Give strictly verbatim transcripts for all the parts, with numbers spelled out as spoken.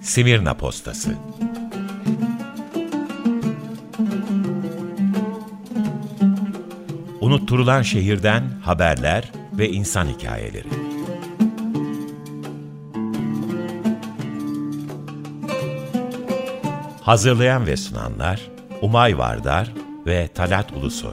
Simirna Postası. Unutturulan şehirden haberler ve insan hikayeleri. Hazırlayan ve sunanlar Umay Vardar ve Talat Ulusoy.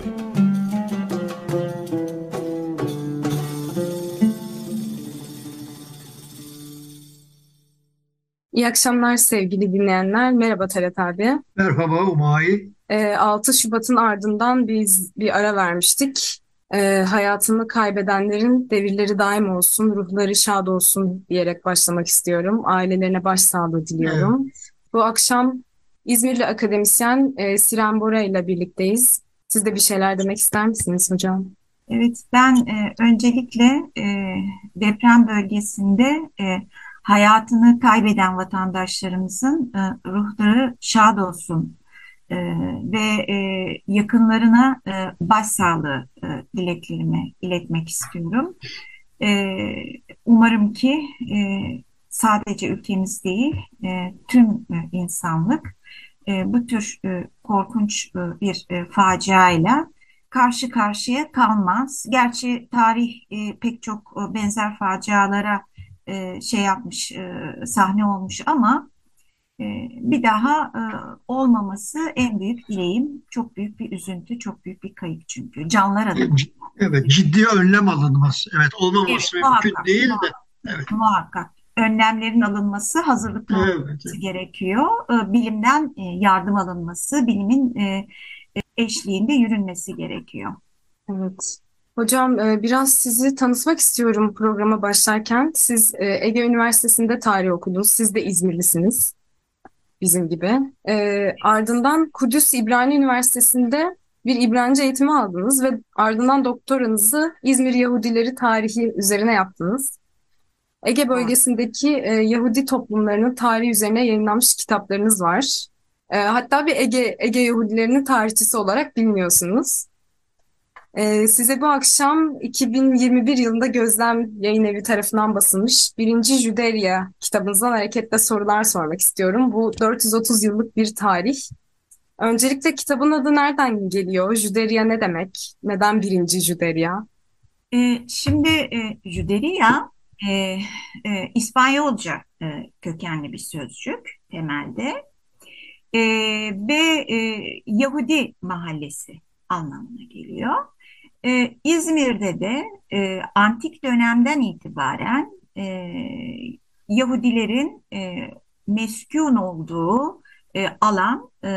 İyi akşamlar sevgili dinleyenler. Merhaba Talat abi. Merhaba Umay. Ee, altı Şubat'ın ardından biz bir ara vermiştik. Ee, hayatını kaybedenlerin devirleri daim olsun, ruhları şad olsun diyerek başlamak istiyorum. Ailelerine başsağlığı Evet. diliyorum. Bu akşam İzmirli akademisyen e, Siren Bora ile birlikteyiz. Siz de bir şeyler demek ister misiniz hocam? Evet, ben e, öncelikle e, deprem bölgesinde e, hayatını kaybeden vatandaşlarımızın e, ruhları şad olsun e, ve e, yakınlarına e, başsağlığı e, dileklerimi iletmek istiyorum. E, Umarım ki e, sadece ülkemiz değil, e, tüm e, insanlık e, bu tür e, korkunç e, bir e, faciayla karşı karşıya kalmaz. Gerçi tarih e, pek çok e, benzer facialara e, şey yapmış, e, sahne olmuş ama e, bir daha e, olmaması en büyük dileğim. Çok büyük bir üzüntü, çok büyük bir kayıp çünkü. Canlar adına. C- Evet, ciddi önlem alınması. Evet, Evet, olmaması mümkün muhakkak, değil de. muhakkak, Evet, muhakkak. Önlemlerin alınması, hazırlıklı evet. olunması gerekiyor. E, Bilimden e, yardım alınması, bilimin e, eşliğinde yürünmesi gerekiyor. Evet. Hocam e, biraz sizi tanıtmak istiyorum programa başlarken. Siz e, Ege Üniversitesi'nde tarih okudunuz. Siz de İzmirlisiniz. Bizim gibi. Ee, ardından Kudüs İbrani Üniversitesi'nde bir İbranice eğitimi aldınız ve ardından doktoranızı İzmir Yahudileri tarihi üzerine yaptınız. Ege bölgesindeki e, Yahudi toplumlarının tarihi üzerine yayınlanmış kitaplarınız var. E, hatta bir Ege, Ege Yahudilerinin tarihçisi olarak biliniyorsunuz. Ee, size bu akşam iki bin yirmi bir yılında Gözlem Yayınevi tarafından basılmış Birinci Jüderya kitabınızdan hareketle sorular sormak istiyorum. Bu dört yüz otuz yıllık bir tarih. Öncelikle kitabın adı nereden geliyor? Jüderya ne demek? Neden Birinci Jüderya? E, şimdi e, Juderia e, e, İspanyolca e, kökenli bir sözcük temelde. E, Ve e, Yahudi mahallesi anlamına geliyor. E, İzmir'de de e, antik dönemden itibaren e, Yahudilerin e, meskun olduğu e, alan, e,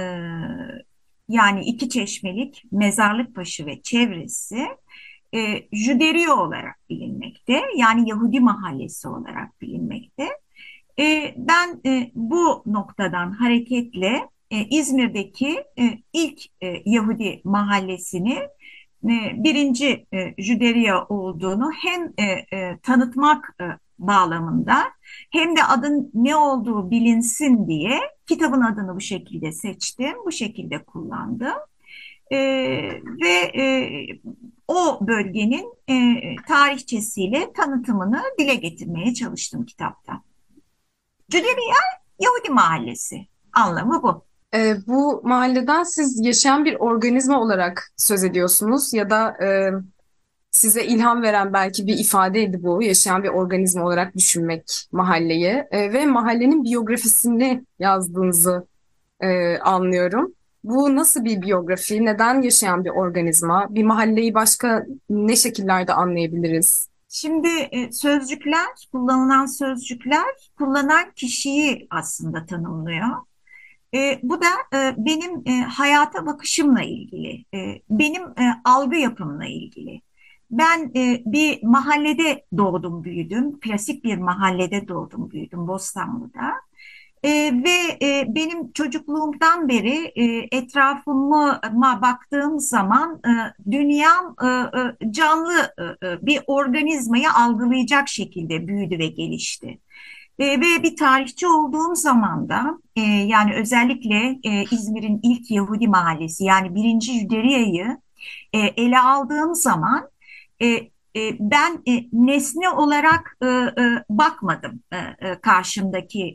yani iki çeşmelik Mezarlıkbaşı ve çevresi e, Jüderiyo olarak bilinmekte. Yani Yahudi mahallesi olarak bilinmekte. E, ben e, bu noktadan hareketle e, İzmir'deki e, ilk e, Yahudi mahallesini e, birinci e, Jüderiya olduğunu hem e, e, tanıtmak e, bağlamında hem de adın ne olduğu bilinsin diye kitabın adını bu şekilde seçtim, bu şekilde kullandım. E, Ve e, o bölgenin e, tarihçesiyle tanıtımını dile getirmeye çalıştım kitapta. Cüderiye Yahudi mahallesi anlamı bu. Ee, bu mahalleden siz yaşayan bir organizma olarak söz ediyorsunuz ya da e, size ilham veren belki bir ifadeydi bu. Yaşayan bir organizma olarak düşünmek mahalleyi e, ve mahallenin biyografisini yazdığınızı e, anlıyorum. Bu nasıl bir biyografi? Neden yaşayan bir organizma? Bir mahalleyi başka ne şekillerde anlayabiliriz? Şimdi e, sözcükler, kullanılan sözcükler kullanan kişiyi aslında tanımlıyor. E, bu da e, benim e, hayata bakışımla ilgili, e, benim e, algı yapımla ilgili. Ben e, bir mahallede doğdum, büyüdüm. Klasik bir mahallede doğdum, büyüdüm Bostanlı'da. E, ve e, benim çocukluğumdan beri e, etrafıma baktığım zaman e, dünyam e, e, canlı e, e, bir organizmayı algılayacak şekilde büyüdü ve gelişti. E, ve bir tarihçi olduğum zaman da e, yani özellikle e, İzmir'in ilk Yahudi mahallesi yani birinci Yüderiye'yi e, ele aldığım zaman e, e, ben e, nesne olarak e, e, bakmadım e, e, karşımdaki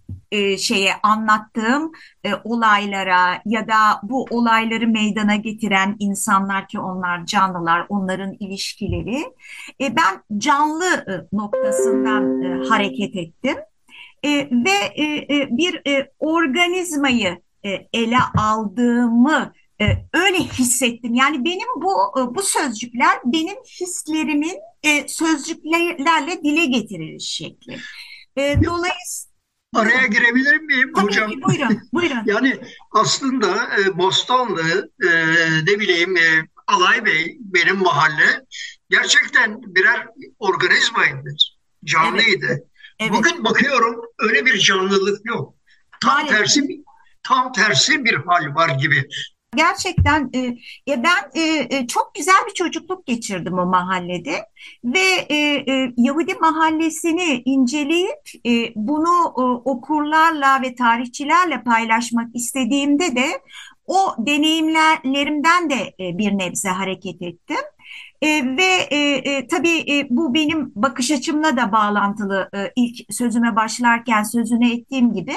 e, şeye anlattığım e, olaylara ya da bu olayları meydana getiren insanlar ki onlar canlılar, onların ilişkileri. E, ben canlı e, noktasından e, hareket ettim. E, ve e, e, bir e, organizmayı e, ele aldığımı e, öyle hissettim. Yani benim bu e, bu sözcükler benim hislerimin e, sözcüklerle dile getiriliş şekli. E, dolayısıyla Araya buyurun. girebilir miyim Tabii hocam? ki buyurun, buyurun. Yani aslında e, Bostanlı, e, ne bileyim, e, Alay Bey, benim mahalle gerçekten birer organizmaydı. Evet, Canlıydı. evet. Bugün bakıyorum öyle bir canlılık yok. Tam Maalesef. tersi tam tersi bir hal var gibi. Gerçekten e, ya ben e, e, çok güzel bir çocukluk geçirdim o mahallede ve e, e, Yahudi mahallesini inceleyip e, bunu e, okurlarla ve tarihçilerle paylaşmak istediğimde de o deneyimlerimden de e, bir nebze hareket ettim. E, ve e, e, tabii e, bu benim bakış açımla da bağlantılı. E, ilk sözüme başlarken sözüne ettiğim gibi.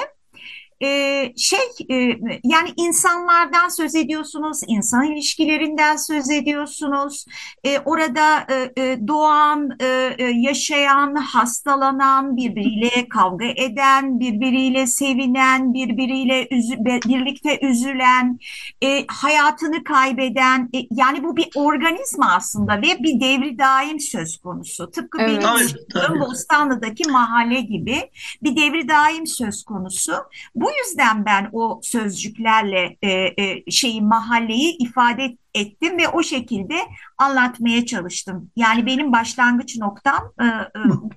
Ee, şey e, yani insanlardan söz ediyorsunuz, insan ilişkilerinden söz ediyorsunuz. Ee, orada e, e, doğan, e, e, yaşayan, hastalanan, birbiriyle kavga eden, birbiriyle sevinen, birbiriyle üzü- be- birlikte üzülen, e, hayatını kaybeden, e, yani bu bir organizma aslında ve bir devri daim söz konusu. Tıpkı benim Evet. Tabii, yaşadığım tabii. Bostanlı'daki mahalle gibi bir devri daim söz konusu. Bu yüzden ben o sözcüklerle e, e, şeyi mahalleyi ifade ettim ve o şekilde anlatmaya çalıştım. Yani benim başlangıç noktam e, e,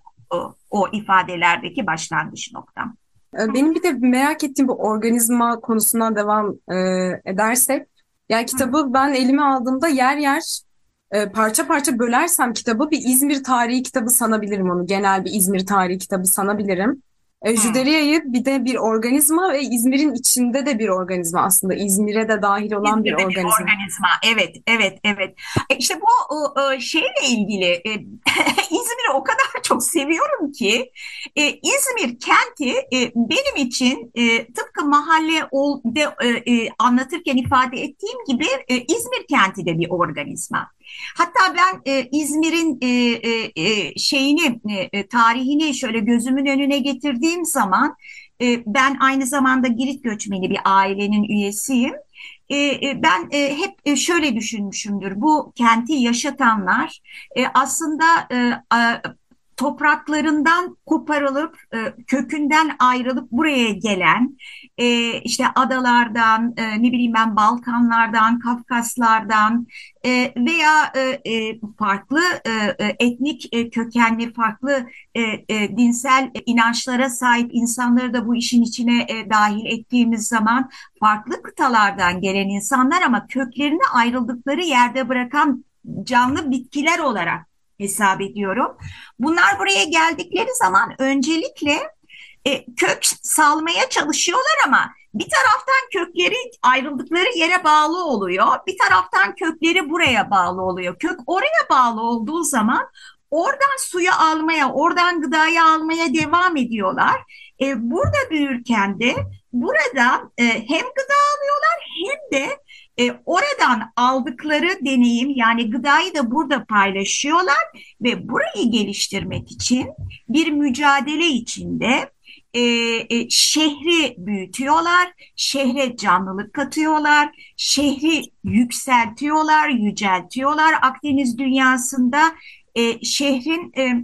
o, o ifadelerdeki başlangıç noktam. E, Benim bir de merak ettiğim bu organizma konusundan devam e, edersek, yani Hı. kitabı ben elime aldığımda yer yer e, parça parça bölersem kitabı bir İzmir tarihi kitabı sanabilirim onu. Genel bir İzmir tarihi kitabı sanabilirim. E, Hı. Juderia'yı bir de bir organizma ve İzmir'in içinde de bir organizma aslında. İzmir'e de dahil olan bir İzmir'de bir organizma. organizma. Evet, evet, evet. E, İşte bu o, o şeyle ilgili e, İzmir'i o kadar çok seviyorum ki e, İzmir kenti e, benim için e, tıpkı mahalle ol, de, e, e, anlatırken ifade ettiğim gibi e, İzmir kenti de bir organizma. Hatta ben e, İzmir'in e, e, e, şeyini, e, e, tarihini şöyle gözümün önüne getirdiğim zaman e, ben aynı zamanda Girit göçmeni bir ailenin üyesiyim. E, e, ben e, hep e, şöyle düşünmüşümdür. Bu kenti yaşatanlar e, aslında e, a- topraklarından koparılıp e, kökünden ayrılıp buraya gelen e, işte adalardan, e, ne bileyim ben Balkanlardan, Kafkaslardan e, veya e, e, farklı e, e, etnik e, kökenli, farklı e, e, dinsel inançlara sahip insanları da bu işin içine e, dahil ettiğimiz zaman farklı kıtalardan gelen insanlar ama köklerini ayrıldıkları yerde bırakan canlı bitkiler olarak hesap ediyorum. Bunlar buraya geldikleri zaman öncelikle e, kök salmaya çalışıyorlar ama bir taraftan kökleri ayrıldıkları yere bağlı oluyor. Bir taraftan kökleri buraya bağlı oluyor. Kök oraya bağlı olduğu zaman oradan suyu almaya, oradan gıdayı almaya devam ediyorlar. E, burada büyürken de burada e, hem gıda alıyorlar hem de e, oradan aldıkları deneyim yani gıdayı da burada paylaşıyorlar ve burayı geliştirmek için bir mücadele içinde e, e, şehri büyütüyorlar, şehre canlılık katıyorlar, şehri yükseltiyorlar, yüceltiyorlar. Akdeniz dünyasında e, şehrin e,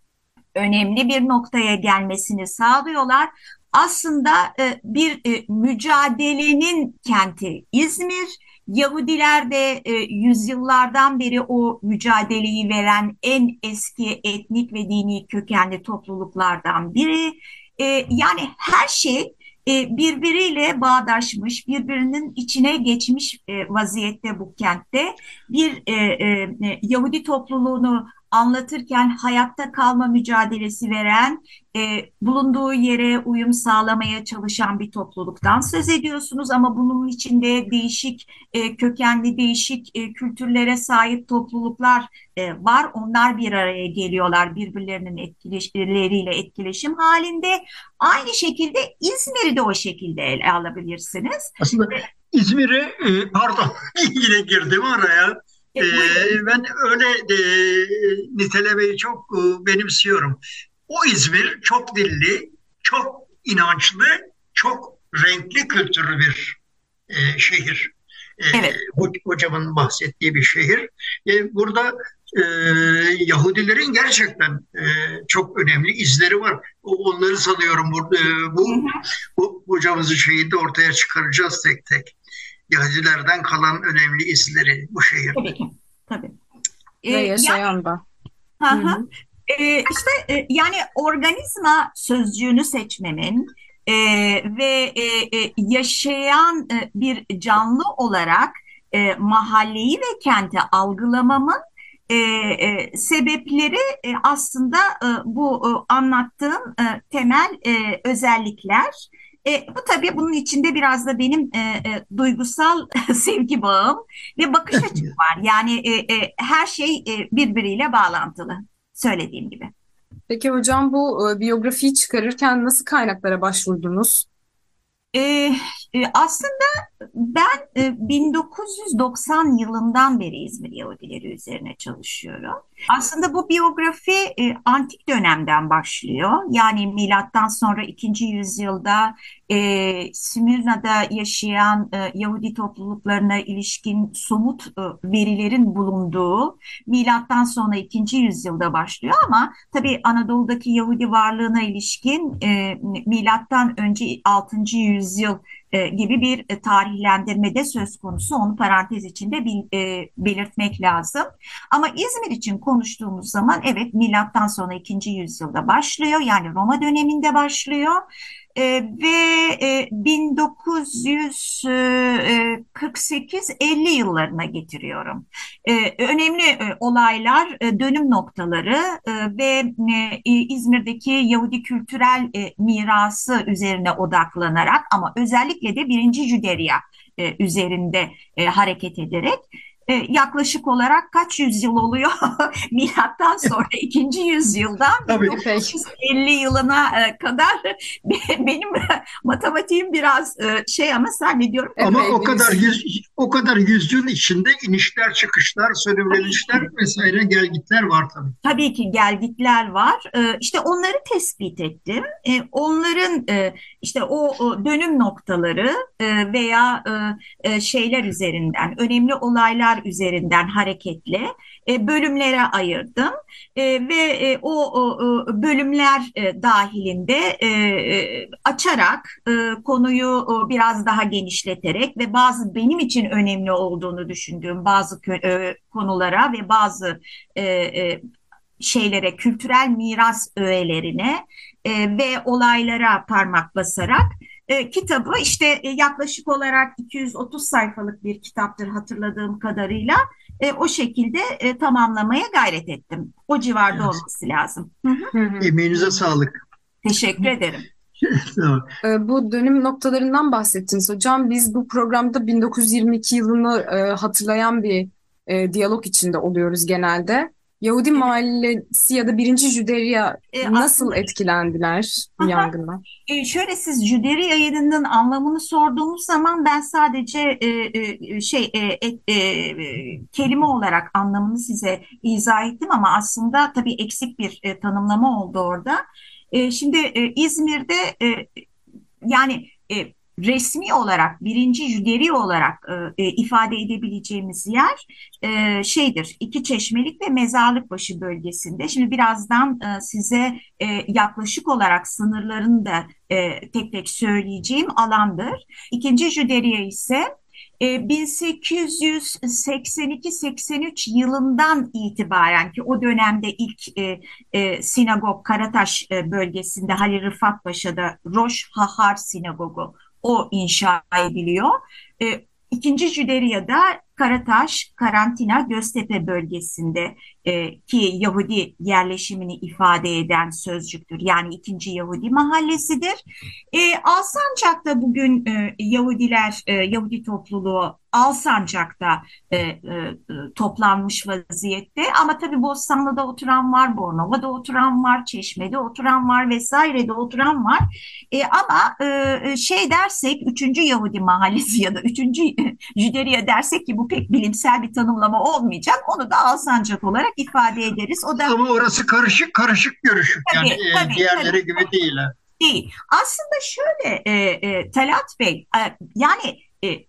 önemli bir noktaya gelmesini sağlıyorlar. Aslında e, bir e, mücadelenin kenti İzmir. Yahudiler de e, yüzyıllardan beri o mücadeleyi veren en eski etnik ve dini kökenli topluluklardan biri. E, yani her şey e, birbiriyle bağdaşmış, birbirinin içine geçmiş e, vaziyette bu kentte. Bir e, e, Yahudi topluluğunu anlatırken hayatta kalma mücadelesi veren, e, bulunduğu yere uyum sağlamaya çalışan bir topluluktan söz ediyorsunuz. Ama bunun içinde değişik e, kökenli, değişik e, kültürlere sahip topluluklar e, var. Onlar bir araya geliyorlar, birbirlerinin etkileriyle etkileşim halinde. Aynı şekilde İzmir'i de o şekilde ele alabilirsiniz. Aslında İzmir'e, e, pardon yine girdim araya. E, E, buyurun. ben öyle e, nitelemeyi çok e, benimsiyorum. O İzmir çok dilli, çok inançlı, çok renkli kültürlü bir e, şehir. E, Evet, ho- hocamın bahsettiği bir şehir. E, burada e, Yahudilerin gerçekten e, çok önemli izleri var. O- Onları sanıyorum burada, e, hı bu, hı, bu hocamızın şeyinde ortaya çıkaracağız tek tek. Yahudilerden kalan önemli izleri bu şehirde. tabii ki. Tabii. E, Ve yani, yaşayan da. hı Hı hı. hı. E, işte e, yani organizma sözcüğünü seçmemin e, ve e, e, yaşayan e, bir canlı olarak e, mahalleyi ve kenti algılamamın e, e, sebepleri e, aslında e, bu e, anlattığım e, temel e, özellikler. E, bu tabii bunun içinde biraz da benim e, e, duygusal sevgi bağım ve bakış açım var. Yani e, e, her şey e, birbiriyle bağlantılı. Söylediğim gibi. Peki hocam bu e, biyografiyi çıkarırken nasıl kaynaklara başvurdunuz? Ee, e, aslında ben e, bin dokuz yüz doksan yılından beri İzmir Yahudileri üzerine çalışıyorum. Aslında bu biyografi e, antik dönemden başlıyor. Yani milattan sonra ikinci yüzyılda e, Smyrna'da yaşayan e, Yahudi topluluklarına ilişkin somut e, verilerin bulunduğu milattan sonra ikinci yüzyılda başlıyor. Ama tabii Anadolu'daki Yahudi varlığına ilişkin e, milattan önce altıncı yüzyıl e, gibi bir e, tarihlendirme de söz konusu. Onu parantez içinde bil, e, belirtmek lazım. Ama İzmir için konuştuğumuz zaman evet milattan sonra ikinci yüzyılda başlıyor. Yani Roma döneminde başlıyor. E, ve e, bin dokuz yüz kırk sekiz elli yıllarına getiriyorum. E, önemli e, olaylar, e, dönüm noktaları e, ve e, İzmir'deki Yahudi kültürel e, mirası üzerine odaklanarak ama özellikle de birinci Jüderiya e, üzerinde e, hareket ederek e, yaklaşık olarak kaç yüzyıl oluyor? Milattan sonra ikinci yüzyıldan Tabii. Epey. bin dokuz yüz elli yılına e, kadar benim matematiğim biraz e, şey ama zannediyorum. Ama Epey o bir kadar yüzyıl. yüz, o kadar yüzyıl içinde inişler, çıkışlar, sönümlenişler vesaire gelgitler var tabii. Tabii ki gelgitler var. Ee, işte onları tespit ettim. Ee, onların e, işte o, o dönüm noktaları e, veya e, e, şeyler üzerinden, önemli olaylar üzerinden hareketle e, bölümlere ayırdım. E, ve e, o, o, o bölümler e, dahilinde e, e, açarak e, konuyu o, biraz daha genişleterek ve bazı benim için önemli olduğunu düşündüğüm bazı kö- e, konulara ve bazı e, e, şeylere, kültürel miras öğelerine e, ve olaylara parmak basarak e, kitabı işte e, yaklaşık olarak iki yüz otuz sayfalık bir kitaptır hatırladığım kadarıyla e, o şekilde e, tamamlamaya gayret ettim. O civarda Evet. olması lazım. Hı hı. Hı hı. Emeğinize sağlık. Teşekkür ederim. Tamam. E, Bu dönüm noktalarından bahsettiniz hocam. Biz bu programda bin dokuz yüz yirmi iki yılını e, hatırlayan bir e, diyalog içinde oluyoruz genelde. Yahudi Evet. mahallesi ya da birinci Jüderiya E, nasıl aslında etkilendiler bu Aha. yangından? E, şöyle siz Jüderi yayınının anlamını sorduğumuz zaman ben sadece e, e, şey e, e, e, kelime olarak anlamını size izah ettim ama aslında tabii eksik bir e, tanımlama oldu orada. E, şimdi e, İzmir'de e, yani e, resmi olarak birinci Jüderi olarak e, e, ifade edebileceğimiz yer e, şeydir, İki Çeşmelik ve Mezarlıkbaşı bölgesinde. Şimdi birazdan e, size e, yaklaşık olarak sınırlarını da e, tek tek söyleyeceğim alandır. İkinci Jüderiye ise e, bin sekiz yüz seksen iki seksen üç yılından itibaren ki o dönemde ilk e, e, sinagog Karataş e, bölgesinde Halil Rıfat Paşa'da Roş Hahar Sinagogu o inşa ediliyor. E, İkinci Jüderiya'da Karataş, Karantina, Göztepe bölgesinde e, ki Yahudi yerleşimini ifade eden sözcüktür. Yani ikinci Yahudi mahallesidir. E, Alsancak'ta bugün e, Yahudiler, e, Yahudi topluluğu Alsancak'ta e, e, toplanmış vaziyette. Ama tabii Bostanlı'da oturan var, Bornova'da oturan var, Çeşme'de oturan var vesairede oturan var. E, ama e, şey dersek, üçüncü Yahudi mahallesi ya da üçüncü Jüderiya dersek ki bu pek bilimsel bir tanımlama olmayacak. Onu da Alsancak olarak ifade ederiz. O da Ama orası karışık karışık görüşük. Yani tabii, e, tabii, diğerleri tabii, gibi değil. Ha. değil. Aslında şöyle e, e, Talat Bey, e, yani e,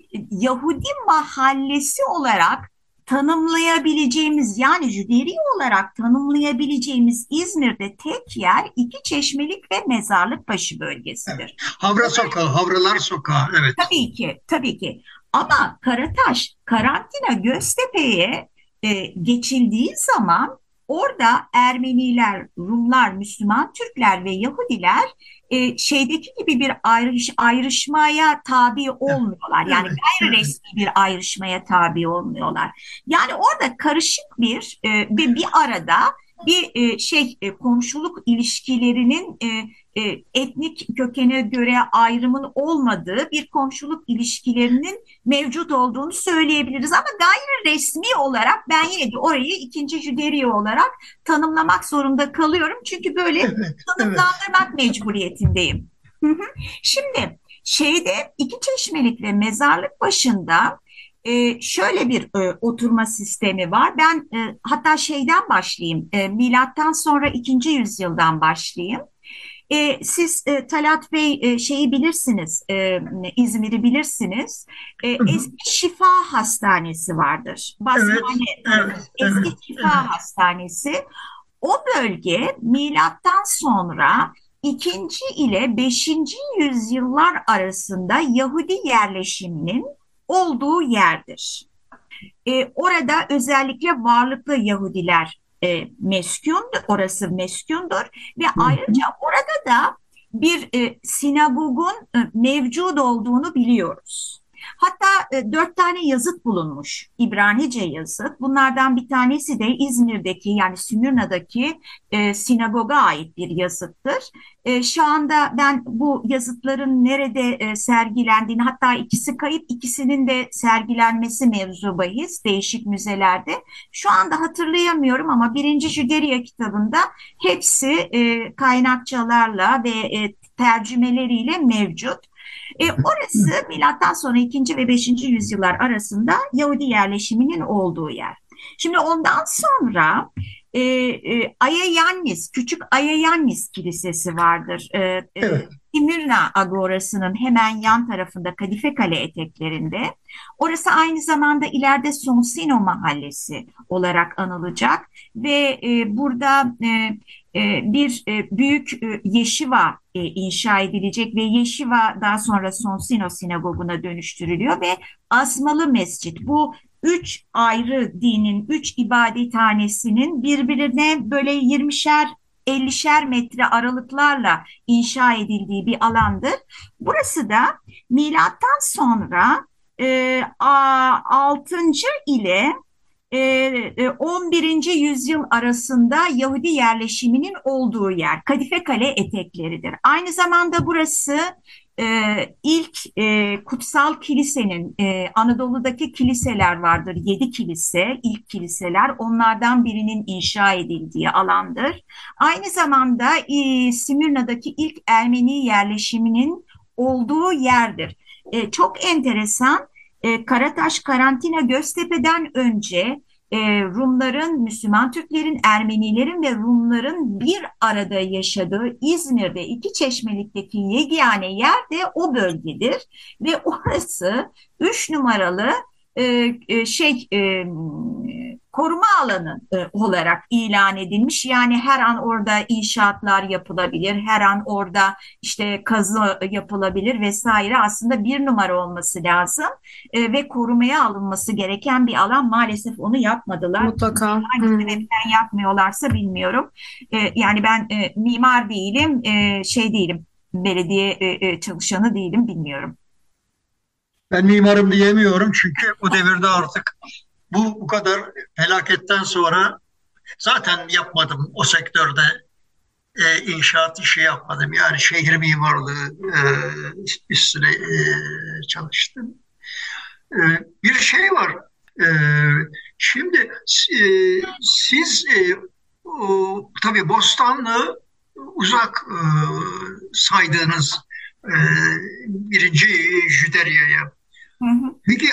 Yahudi mahallesi olarak tanımlayabileceğimiz, yani Jüderi olarak tanımlayabileceğimiz İzmir'de tek yer iki Çeşmelik ve Mezarlıkbaşı Evet. bölgesidir. Havra Sokağı, Havralar Sokağı. Evet. Tabii ki, tabii ki. Ama Karataş, Karantina, Göztepe'ye e, geçildiği zaman orada Ermeniler, Rumlar, Müslüman Türkler ve Yahudiler e, şeydeki gibi bir ayrış, ayrışmaya tabi olmuyorlar. Yani Evet. gayri Evet. resmi bir ayrışmaya tabi olmuyorlar. Yani orada karışık bir e, ve bir arada bir e, şey e, komşuluk ilişkilerinin e, e, etnik kökene göre ayrımın olmadığı bir komşuluk ilişkilerinin mevcut olduğunu söyleyebiliriz. Ama gayri resmi olarak ben yine de orayı ikinci Jüderiye olarak tanımlamak zorunda kalıyorum. Çünkü böyle Evet. Evet. tanımlandırmak mecburiyetindeyim. Hı hı. Şimdi şeyde iki Çeşmelik ve Mezarlık başında e, şöyle bir e, oturma sistemi var. Ben e, hatta şeyden başlayayım. E, milattan sonra ikinci yüzyıldan başlayayım. E, siz e, Talat Bey e, şeyi bilirsiniz, e, İzmir'i bilirsiniz. E, Hı hı. eski Şifa Hastanesi vardır. Evet. Basmane tarafı. Evet. Eski Evet. Şifa Evet. Hastanesi. O bölge milattan sonra ikinci ile beşinci yüzyıllar arasında Yahudi yerleşiminin olduğu yerdir. E, orada özellikle varlıklı Yahudiler e, meskûndur, orası meskûndur ve Hı hı. ayrıca orada da bir e, sinagogun e, mevcut olduğunu biliyoruz. Hatta e, dört tane yazıt bulunmuş, İbranice yazıt. Bunlardan bir tanesi de İzmir'deki, yani Smyrna'daki e, sinagoga ait bir yazıttır. E, şu anda ben bu yazıtların nerede e, sergilendiğini, hatta ikisi kayıp, ikisinin de sergilenmesi mevzu bahis değişik müzelerde. Şu anda hatırlayamıyorum ama birinci Jüderiya kitabında hepsi e, kaynakçalarla ve e, tercümeleriyle mevcut. E, orası milattan sonra ikinci ve beşinci yüzyıllar arasında Yahudi yerleşiminin olduğu yer. Şimdi ondan sonra e, e, Ayayannis, Küçük Ayayannis Kilisesi vardır. E, e, Evet. Simirna Agorası'nın hemen yan tarafında, Kadife Kale eteklerinde. Orası aynı zamanda ileride Sonsino Mahallesi olarak anılacak ve e, burada e, e, bir e, büyük e, yeşiva e, inşa edilecek ve yeşiva daha sonra Sonsino Sinagogu'na dönüştürülüyor ve Asmalı Mescit, bu üç ayrı dinin, üç ibadethanesinin birbirine böyle yirmişer ellişer metre aralıklarla inşa edildiği bir alandır. Burası da milattan sonra e, altıncı ile e, on birinci yüzyıl arasında Yahudi yerleşiminin olduğu yer. Kadife Kale etekleridir. Aynı zamanda burası e, ilk e, kutsal kilisenin, e, Anadolu'daki kiliseler vardır. Yedi kilise, ilk kiliseler, onlardan birinin inşa edildiği alandır. Aynı zamanda e, Simirna'daki ilk Ermeni yerleşiminin olduğu yerdir. E, çok enteresan. E, Karataş, Karantina, Göztepe'den önce e, Rumların, Müslüman Türklerin, Ermenilerin ve Rumların bir arada yaşadığı İzmir'de iki Çeşmelik'teki yegane yer de o bölgedir ve orası üç numaralı e, e, şey e, koruma alanı e, olarak ilan edilmiş. Yani her an orada inşaatlar yapılabilir, her an orada işte kazı yapılabilir vesaire. Aslında bir numara olması lazım e, ve korumaya alınması gereken bir alan. Maalesef onu yapmadılar. Mutlaka. Hangi Hmm. sebepten yapmıyorlarsa bilmiyorum. E, yani ben e, mimar değilim, e, şey değilim, belediye e, e, çalışanı değilim, bilmiyorum. Ben mimarım diyemiyorum çünkü o devirde artık bu bu kadar felaketten sonra zaten yapmadım o sektörde, e, inşaat işi yapmadım. Yani şehir mimarlığı e, üstüne e, çalıştım. E, Bir şey var. E, Şimdi e, siz e, o, tabii Bostanlı uzak e, saydığınız e, birinci Jüderya'ya. Hı hı. Peki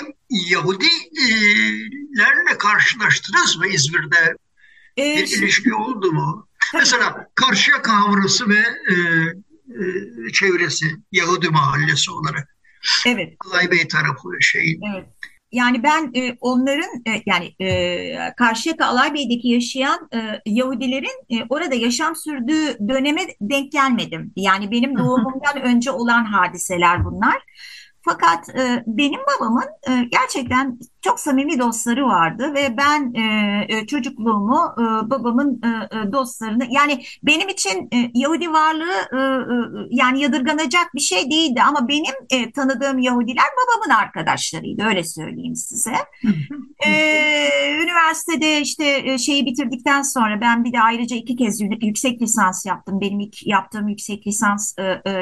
Yahudilerle karşılaştınız mı İzmir'de? E, Bir şimdi, ilişki oldu mu? tabii, Mesela Karşıyaka Havrası ve e, e, çevresi Yahudi mahallesi olarak evet. Alay Bey tarafı şeyin. Evet. Yani ben e, onların e, yani e, Karşıyaka Alaybey'deki yaşayan e, Yahudilerin e, orada yaşam sürdüğü döneme denk gelmedim. Yani benim doğumumdan önce olan hadiseler bunlar. Fakat e, benim babamın e, gerçekten çok samimi dostları vardı ve ben e, e, çocukluğumu e, babamın e, e, dostlarını yani benim için e, Yahudi varlığı e, e, yani yadırganacak bir şey değildi ama benim e, tanıdığım Yahudiler babamın arkadaşlarıydı öyle söyleyeyim size. Ee, üniversitede işte e, şeyi bitirdikten sonra ben bir de ayrıca iki kez yü- yüksek lisans yaptım. Benim ilk yaptığım yüksek lisans e, e,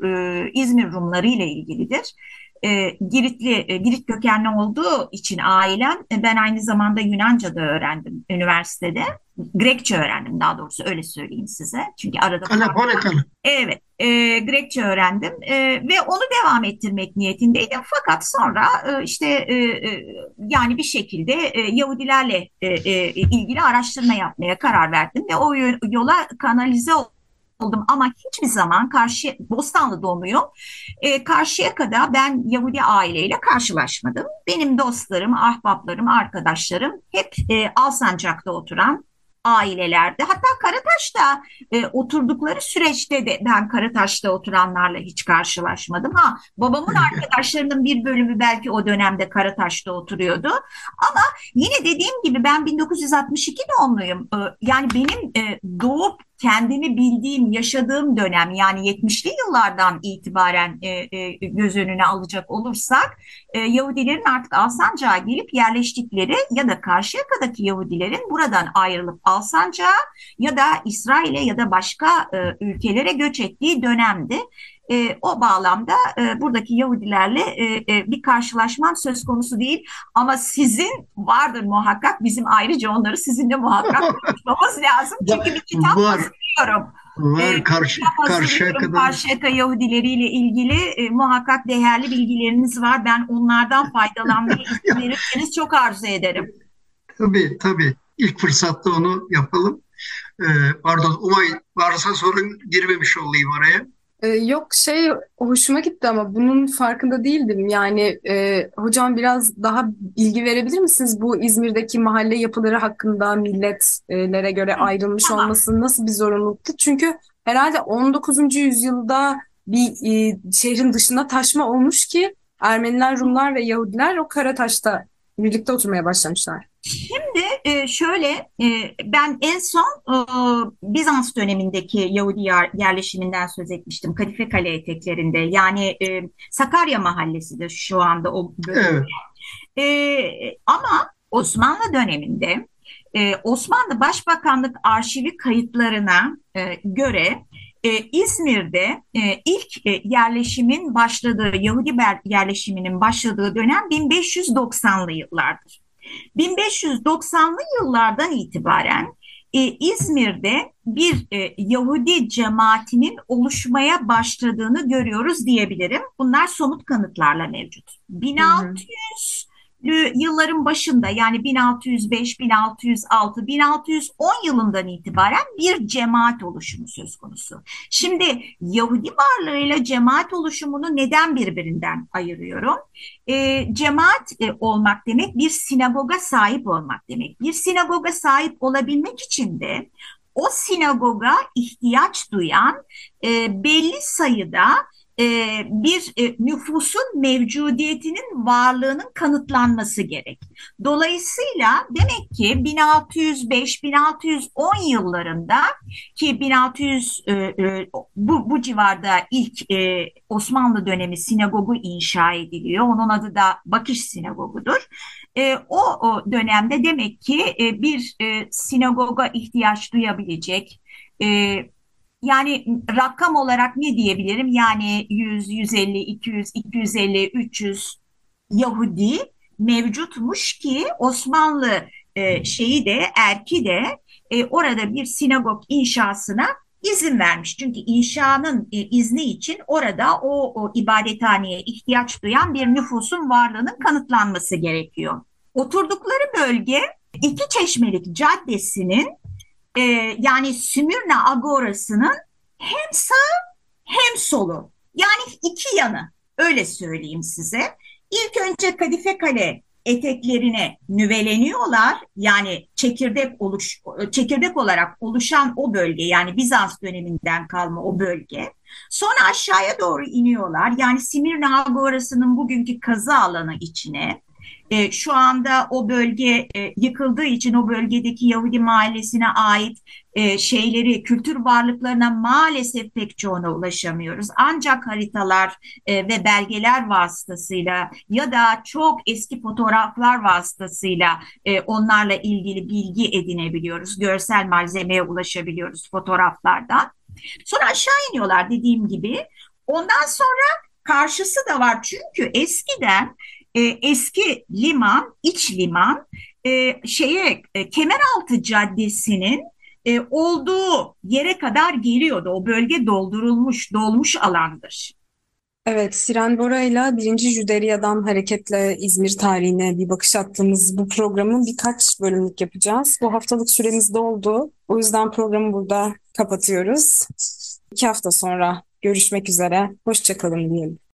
e, İzmir Rumları ile ilgilidir. E, Giritli, e, Girit kökenli olduğu için ailem, e, ben aynı zamanda Yunanca da öğrendim üniversitede. Grekçe öğrendim daha doğrusu öyle söyleyeyim size. Çünkü arada Kale pole kale. evet, e, Grekçe öğrendim e, ve onu devam ettirmek niyetindeydim. Fakat sonra e, işte e, e, yani bir şekilde e, Yahudilerle e, e, ilgili araştırma yapmaya karar verdim ve o yo- yola kanalize oldum. Ama hiçbir zaman karşı Bostanlı doğumluyum. E, Karşıyaka'da ben Yahudi aileyle karşılaşmadım. Benim dostlarım, ahbaplarım, arkadaşlarım hep e, Alsancak'ta oturan ailelerde. Hatta Karataş'ta e, oturdukları süreçte de ben Karataş'ta oturanlarla hiç karşılaşmadım. Ha, babamın arkadaşlarının bir bölümü belki o dönemde Karataş'ta oturuyordu. Ama yine dediğim gibi ben bin dokuz yüz altmış iki doğumluyum. E, yani benim e, doğup kendimi bildiğim, yaşadığım dönem yani yetmişli yıllardan itibaren e, e, göz önüne alacak olursak e, Yahudilerin artık Alsancak'a gelip yerleştikleri ya da Karşıyaka'daki Yahudilerin buradan ayrılıp Alsancak'a ya da İsrail'e ya da başka e, ülkelere göç ettiği dönemdi. E, o bağlamda e, buradaki Yahudilerle e, e, bir karşılaşmam söz konusu değil. Ama sizin vardır muhakkak. Bizim ayrıca onları sizinle muhakkak konuşmamız lazım. Çünkü bir kitap Var, hazırlıyorum. E, var bir karşı kitap karşıya hazırlıyorum kadar. Karşıyaka Yahudileriyle ilgili. E, muhakkak değerli bilgileriniz var. Ben onlardan faydalanmayı izin Ya, verirseniz çok arzu ederim. tabii tabii ilk fırsatta onu yapalım. Ee, Pardon Umay, varsa sorun, girmemiş olayım araya. Ee, yok şey hoşuma gitti ama bunun farkında değildim. Yani e, hocam biraz daha bilgi verebilir misiniz bu İzmir'deki mahalle yapıları hakkında milletlere göre ayrılmış Tamam. olması nasıl bir zorunluluktu? Çünkü herhalde on dokuzuncu yüzyılda bir e, şehrin dışına taşma olmuş ki Ermeniler, Rumlar ve Yahudiler o Karataş'ta birlikte oturmaya başlamışlar. Şimdi e, şöyle e, ben en son e, Bizans dönemindeki Yahudi yer- yerleşiminden söz etmiştim. Kadife Kale eteklerinde yani e, Sakarya Mahallesi'dir şu anda o bölüm. Evet. E, ama Osmanlı döneminde e, Osmanlı Başbakanlık arşivi kayıtlarına e, göre e, İzmir'de e, ilk e, yerleşimin başladığı, Yahudi ber- yerleşiminin başladığı dönem bin beş yüz doksanlı yıllardır. bin beş yüz doksanlı yıllardan itibaren e, İzmir'de bir e, Yahudi cemaatinin oluşmaya başladığını görüyoruz diyebilirim. Bunlar somut kanıtlarla mevcut. Hı hı. bin altı yüzlü yılların başında yani bin altı yüz beş, bin altı yüz altı, bin altı yüz on yılından itibaren bir cemaat oluşumu söz konusu. Şimdi Yahudi varlığıyla cemaat oluşumunu neden birbirinden ayırıyorum? E, cemaat e, olmak demek bir sinagoga sahip olmak demek. Bir sinagoga sahip olabilmek için de o sinagoga ihtiyaç duyan e, belli sayıda e, bir e, nüfusun mevcudiyetinin varlığının kanıtlanması gerek. Dolayısıyla demek ki bin altı yüz beş bin altı yüz on yıllarında ki bin altı yüz e, e, bu, bu civarda ilk e, Osmanlı dönemi sinagogu inşa ediliyor. Onun adı da Bakış Sinagogu'dur. E, o, o dönemde demek ki e, bir e, sinagoga ihtiyaç duyabilecek, e, yani rakam olarak ne diyebilirim? Yani yüz, yüz elli, iki yüz, iki yüz elli, üç yüz Yahudi mevcutmuş ki Osmanlı e, şeyi de erki de e, orada bir sinagog inşasına izin vermiş. Çünkü inşanın e, izni için orada o, o ibadethaneye ihtiyaç duyan bir nüfusun varlığının kanıtlanması gerekiyor. Oturdukları bölge iki Çeşmelik Caddesi'nin e, yani Smyrna Agorası'nın hem sağ hem solu. Yani iki yanı. Öyle söyleyeyim size. İlk önce Kadife Kale eteklerine nüveleniyorlar. Yani çekirdek oluş çekirdek olarak oluşan o bölge, yani Bizans döneminden kalma o bölge. Sonra aşağıya doğru iniyorlar. Yani Simirna Agorası'nın bugünkü kazı alanı içine. E, şu anda o bölge e, yıkıldığı için o bölgedeki Yahudi mahallesine ait e, şeyleri, kültür varlıklarına maalesef pek çoğuna ulaşamıyoruz. Ancak haritalar e, ve belgeler vasıtasıyla ya da çok eski fotoğraflar vasıtasıyla e, onlarla ilgili bilgi edinebiliyoruz. Görsel malzemeye ulaşabiliyoruz fotoğraflardan. Sonra aşağı iniyorlar dediğim gibi. Ondan sonra karşısı da var çünkü eskiden e, eski liman, iç liman e, şeye e, Kemeraltı Caddesi'nin e, olduğu yere kadar geliyordu. O bölge doldurulmuş, dolmuş alandır. Evet, Siren Bora'yla birinci Jüderya'dan hareketle İzmir tarihine bir bakış attığımız bu programı birkaç bölümlük yapacağız. Bu haftalık süremiz doldu. O yüzden programı burada kapatıyoruz. İki hafta sonra görüşmek üzere. Hoşça kalın diyelim.